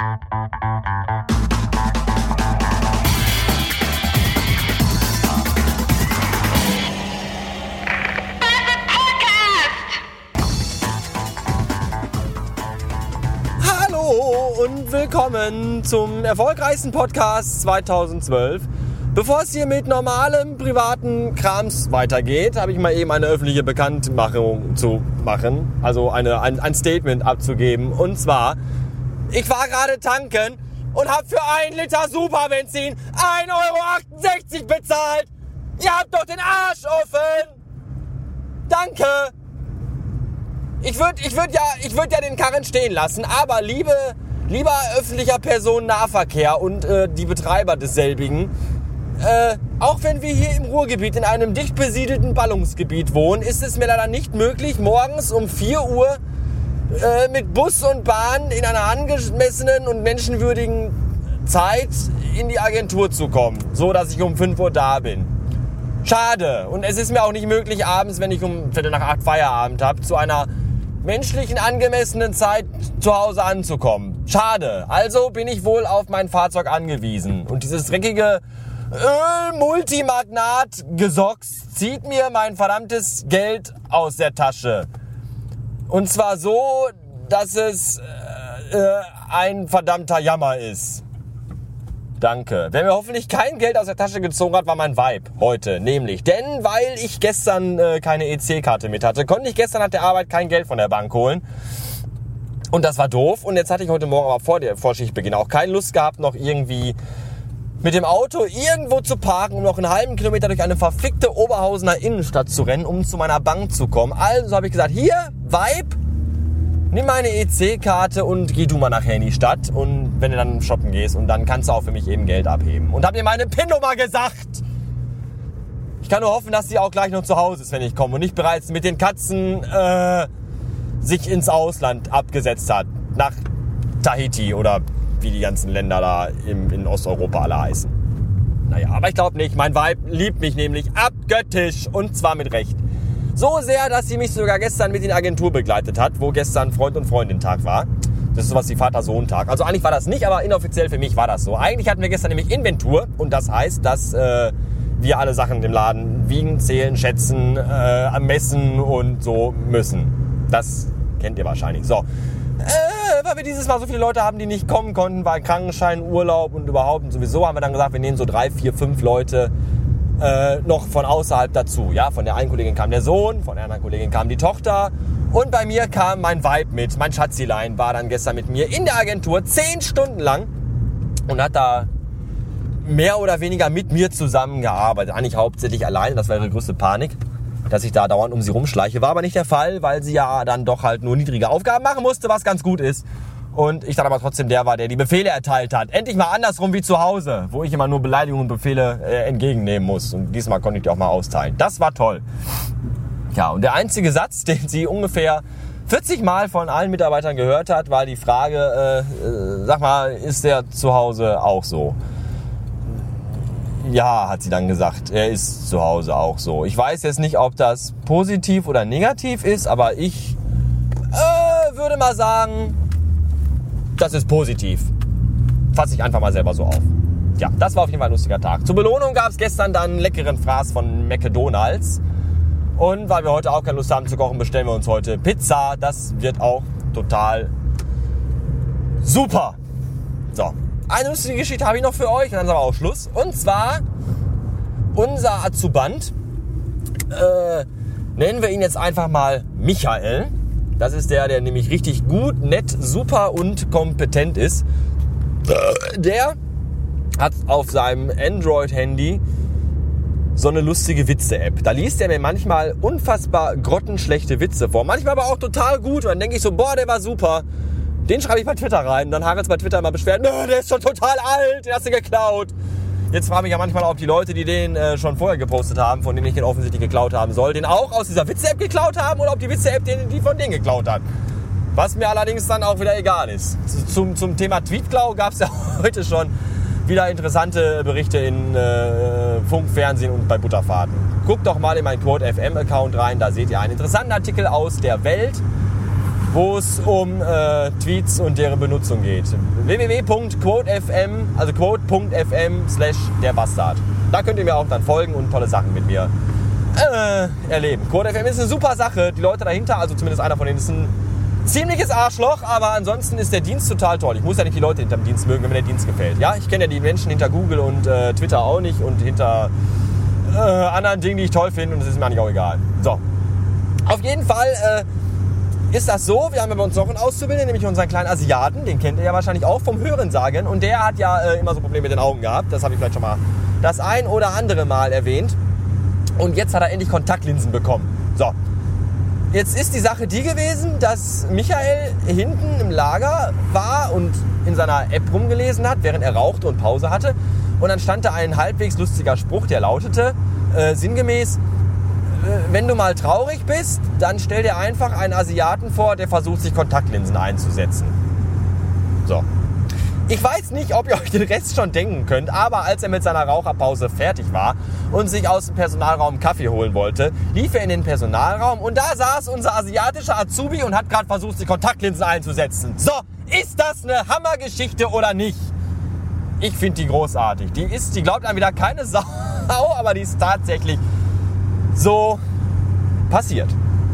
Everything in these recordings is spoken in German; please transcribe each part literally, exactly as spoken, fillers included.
Und willkommen zum erfolgreichsten Podcast zweitausendzwölf. Bevor es hier mit normalem privaten Krams weitergeht, habe ich mal eben eine öffentliche Bekanntmachung zu machen, also eine, ein, ein Statement abzugeben. Und zwar, ich war gerade tanken und habe für ein Liter Superbenzin ein Euro achtundsechzig bezahlt. Ihr habt doch den Arsch offen. Danke. Ich würde ich würd ja, ich würd ja den Karren stehen lassen, aber liebe... Lieber öffentlicher Personennahverkehr und äh, die Betreiber desselbigen, äh, auch wenn wir hier im Ruhrgebiet in einem dicht besiedelten Ballungsgebiet wohnen, ist es mir leider nicht möglich, morgens um vier Uhr äh, mit Bus und Bahn in einer angemessenen und menschenwürdigen Zeit in die Agentur zu kommen, so dass ich um fünf Uhr da bin. Schade. Und es ist mir auch nicht möglich, abends, wenn ich um Viertel nach acht Feierabend habe, zu einer menschlichen angemessenen Zeit zu Hause anzukommen. Schade. Also bin ich wohl auf mein Fahrzeug angewiesen. Und dieses dreckige Öl-Multimagnat-Gesocks zieht mir mein verdammtes Geld aus der Tasche. Und zwar so, dass es äh, ein verdammter Jammer ist. Danke. Wer mir hoffentlich kein Geld aus der Tasche gezogen hat, war mein Vibe heute. Nämlich, denn weil ich gestern äh, keine E C-Karte mit hatte, konnte ich gestern nach der Arbeit kein Geld von der Bank holen. Und das war doof. Und jetzt hatte ich heute Morgen aber vor der Vorschichtbeginn auch keine Lust gehabt, noch irgendwie mit dem Auto irgendwo zu parken, um noch einen halben Kilometer durch eine verfickte Oberhausener Innenstadt zu rennen, um zu meiner Bank zu kommen. Also habe ich gesagt, hier, Vibe, nimm meine E C-Karte und geh du mal nachher in die Stadt. Und wenn du dann shoppen gehst, und dann kannst du auch für mich eben Geld abheben. Und hab dir meine PIN-Nummer gesagt. Ich kann nur hoffen, dass sie auch gleich noch zu Hause ist, wenn ich komme. Und nicht bereits mit den Katzen äh, sich ins Ausland abgesetzt hat. Nach Tahiti oder wie die ganzen Länder da im, in Osteuropa alle heißen. Naja, aber ich glaube nicht. Mein Vibe liebt mich nämlich abgöttisch. Und zwar mit Recht. So sehr, dass sie mich sogar gestern mit in die Agentur begleitet hat, wo gestern Freund- und Freundin-Tag war. Das ist sowas wie Vater-Sohn-Tag. Also eigentlich war das nicht, aber inoffiziell für mich war das so. Eigentlich hatten wir gestern nämlich Inventur und das heißt, dass äh, wir alle Sachen im Laden wiegen, zählen, schätzen, äh, messen und so müssen. Das kennt ihr wahrscheinlich. So, äh, weil wir dieses Mal so viele Leute haben, die nicht kommen konnten, weil Krankenschein, Urlaub und überhaupt und sowieso, haben wir dann gesagt, wir nehmen so drei, vier, fünf Leute Äh, noch von außerhalb dazu. Ja, von der einen Kollegin kam der Sohn, von der anderen Kollegin kam die Tochter und bei mir kam mein Vibe mit. Mein Schatzilein war dann gestern mit mir in der Agentur zehn Stunden lang und hat da mehr oder weniger mit mir zusammengearbeitet. Eigentlich hauptsächlich alleine, das war ihre größte Panik, dass ich da dauernd um sie rumschleiche. War aber nicht der Fall, weil sie ja dann doch halt nur niedrige Aufgaben machen musste, was ganz gut ist. Und ich dann aber trotzdem der war, der die Befehle erteilt hat. Endlich mal andersrum wie zu Hause, wo ich immer nur Beleidigungen und Befehle äh, entgegennehmen muss. Und diesmal konnte ich die auch mal austeilen. Das war toll. Ja, und der einzige Satz, den sie ungefähr vierzig Mal von allen Mitarbeitern gehört hat, war die Frage, äh, äh, sag mal, ist der zu Hause auch so? Ja, hat sie dann gesagt, er ist zu Hause auch so. Ich weiß jetzt nicht, ob das positiv oder negativ ist, aber ich äh, würde mal sagen, das ist positiv. Fasse ich einfach mal selber so auf. Ja, das war auf jeden Fall ein lustiger Tag. Zur Belohnung gab es gestern dann einen leckeren Fraß von McDonald's. Und weil wir heute auch keine Lust haben zu kochen, bestellen wir uns heute Pizza. Das wird auch total super. So, eine lustige Geschichte habe ich noch für euch und dann ist aber auch Schluss. Und zwar unser Azuband, äh, nennen wir ihn jetzt einfach mal Michael. Das ist der, der nämlich richtig gut, nett, super und kompetent ist. Der hat auf seinem Android-Handy so eine lustige Witze-App. Da liest er mir manchmal unfassbar grottenschlechte Witze vor. Manchmal aber auch total gut. Und dann denke ich so, boah, der war super. Den schreibe ich bei Twitter rein. Und dann haben wir uns bei Twitter immer beschwert, der ist schon total alt, den hast du geklaut. Jetzt frage ich ja manchmal, ob die Leute, die den äh, schon vorher gepostet haben, von denen ich den offensichtlich geklaut haben soll, den auch aus dieser Witze-App geklaut haben oder ob die Witze-App den, die von denen geklaut hat. Was mir allerdings dann auch wieder egal ist. Zum, zum Thema Tweetklau gab es ja heute schon wieder interessante Berichte in äh, Funk, Fernsehen und bei Butterfahrten. Guckt doch mal in meinen Quote F M Account rein, da seht ihr einen interessanten Artikel aus der Welt wo es um äh, Tweets und deren Benutzung geht. w w w punkt quote punkt f m, also quote punkt f m slash der Bastard. Da könnt ihr mir auch dann folgen und tolle Sachen mit mir äh, erleben. Quote F M ist eine super Sache. Die Leute dahinter, also zumindest einer von denen, ist ein ziemliches Arschloch, aber ansonsten ist der Dienst total toll. Ich muss ja nicht die Leute hinter dem Dienst mögen, wenn mir der Dienst gefällt. Ja, ich kenne ja die Menschen hinter Google und äh, Twitter auch nicht und hinter äh, anderen Dingen, die ich toll finde, und das ist mir eigentlich auch egal. So, auf jeden Fall äh, ist das so, wir haben bei uns noch einen Auszubildenden, nämlich unseren kleinen Asiaten, den kennt ihr ja wahrscheinlich auch vom Hörensagen, und der hat ja äh, immer so Probleme mit den Augen gehabt. Das habe ich vielleicht schon mal das ein oder andere Mal erwähnt. Und jetzt hat er endlich Kontaktlinsen bekommen. So, jetzt ist die Sache die gewesen, dass Michael hinten im Lager war und in seiner App rumgelesen hat, während er rauchte und Pause hatte. Und dann stand da ein halbwegs lustiger Spruch, der lautete äh, sinngemäß: äh, Wenn du mal traurig bist, dann stell dir einfach einen Asiaten vor, der versucht, sich Kontaktlinsen einzusetzen. So. Ich weiß nicht, ob ihr euch den Rest schon denken könnt, aber als er mit seiner Raucherpause fertig war und sich aus dem Personalraum Kaffee holen wollte, lief er in den Personalraum und da saß unser asiatischer Azubi und hat gerade versucht, sich Kontaktlinsen einzusetzen. So, ist das eine Hammergeschichte oder nicht? Ich finde die großartig. Die ist, die glaubt einem wieder keine Sau, aber die ist tatsächlich so passiert.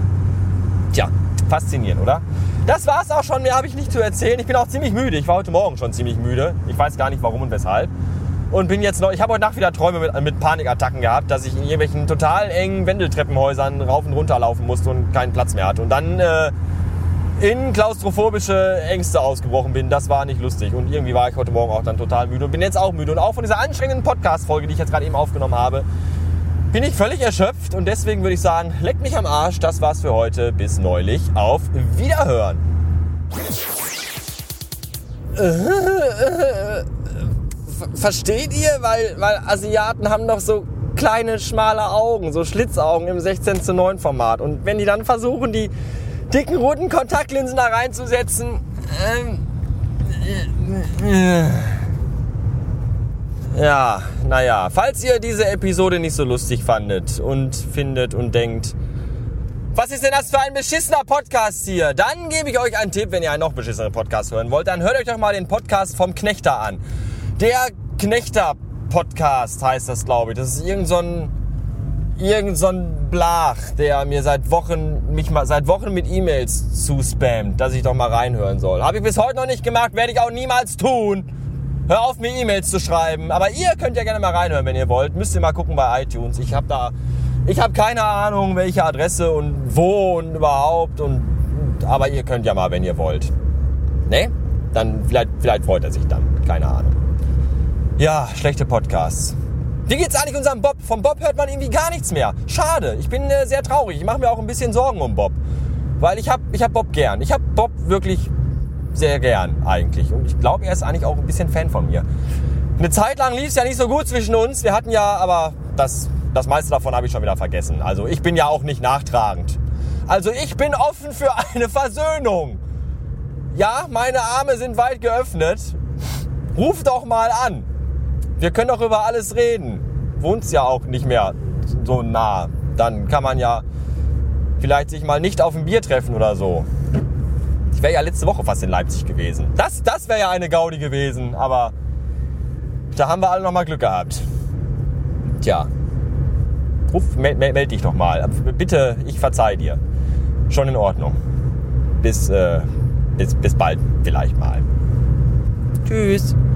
Tja, faszinierend, oder? Das war's auch schon, mehr habe ich nicht zu erzählen. Ich bin auch ziemlich müde. Ich war heute Morgen schon ziemlich müde. Ich weiß gar nicht warum und weshalb. Und bin jetzt noch, ich habe heute Nacht wieder Träume mit, mit Panikattacken gehabt, dass ich in irgendwelchen total engen Wendeltreppenhäusern rauf und runter laufen musste und keinen Platz mehr hatte. Und dann äh, in klaustrophobische Ängste ausgebrochen bin. Das war nicht lustig. Und irgendwie war ich heute Morgen auch dann total müde und bin jetzt auch müde. Und auch von dieser anstrengenden Podcast-Folge, die ich jetzt gerade eben aufgenommen habe, bin ich völlig erschöpft, und deswegen würde ich sagen, leckt mich am Arsch, das war's für heute, bis neulich, auf Wiederhören. Versteht ihr? Weil, weil Asiaten haben doch so kleine, schmale Augen, so Schlitzaugen im sechzehn zu neun Format, und wenn die dann versuchen, die dicken, roten Kontaktlinsen da reinzusetzen, ähm, äh, äh, ja, naja, falls ihr diese Episode nicht so lustig fandet und findet und denkt, was ist denn das für ein beschissener Podcast hier? Dann gebe ich euch einen Tipp, wenn ihr einen noch beschissenen Podcast hören wollt, dann hört euch doch mal den Podcast vom Knechter an. Der Knechter-Podcast heißt das, glaube ich. Das ist irgend so ein, irgend so ein Blach, der mir seit Wochen, mich mal, seit Wochen mit E-Mails zuspammt, dass ich doch mal reinhören soll. Habe ich bis heute noch nicht gemacht, werde ich auch niemals tun. Hör auf, mir E-Mails zu schreiben. Aber ihr könnt ja gerne mal reinhören, wenn ihr wollt. Müsst ihr mal gucken bei iTunes. Ich habe da, ich habe keine Ahnung, welche Adresse und wo und überhaupt. Und, aber ihr könnt ja mal, wenn ihr wollt. Ne? Dann vielleicht, vielleicht freut er sich dann. Keine Ahnung. Ja, schlechte Podcasts. Wie geht's eigentlich unserem Bob? Vom Bob hört man irgendwie gar nichts mehr. Schade. Ich bin äh, sehr traurig. Ich mache mir auch ein bisschen Sorgen um Bob. Weil ich habe ich hab Bob gern. Ich habe Bob wirklich sehr gern eigentlich. Und ich glaube, er ist eigentlich auch ein bisschen Fan von mir. Eine Zeit lang lief es ja nicht so gut zwischen uns. Wir hatten ja, aber das, das meiste davon habe ich schon wieder vergessen. Also ich bin ja auch nicht nachtragend. Also ich bin offen für eine Versöhnung. Ja, meine Arme sind weit geöffnet. Ruf doch mal an. Wir können doch über alles reden. Wohnst ja auch nicht mehr so nah. Dann kann man ja vielleicht sich mal nicht auf ein Bier treffen oder so. Ich wäre ja letzte Woche fast in Leipzig gewesen. Das, das wäre ja eine Gaudi gewesen, aber da haben wir alle noch mal Glück gehabt. Tja, ruf, meld, meld dich doch mal. Bitte, ich verzeih dir. Schon in Ordnung. Bis, äh, bis, bis bald vielleicht mal. Tschüss.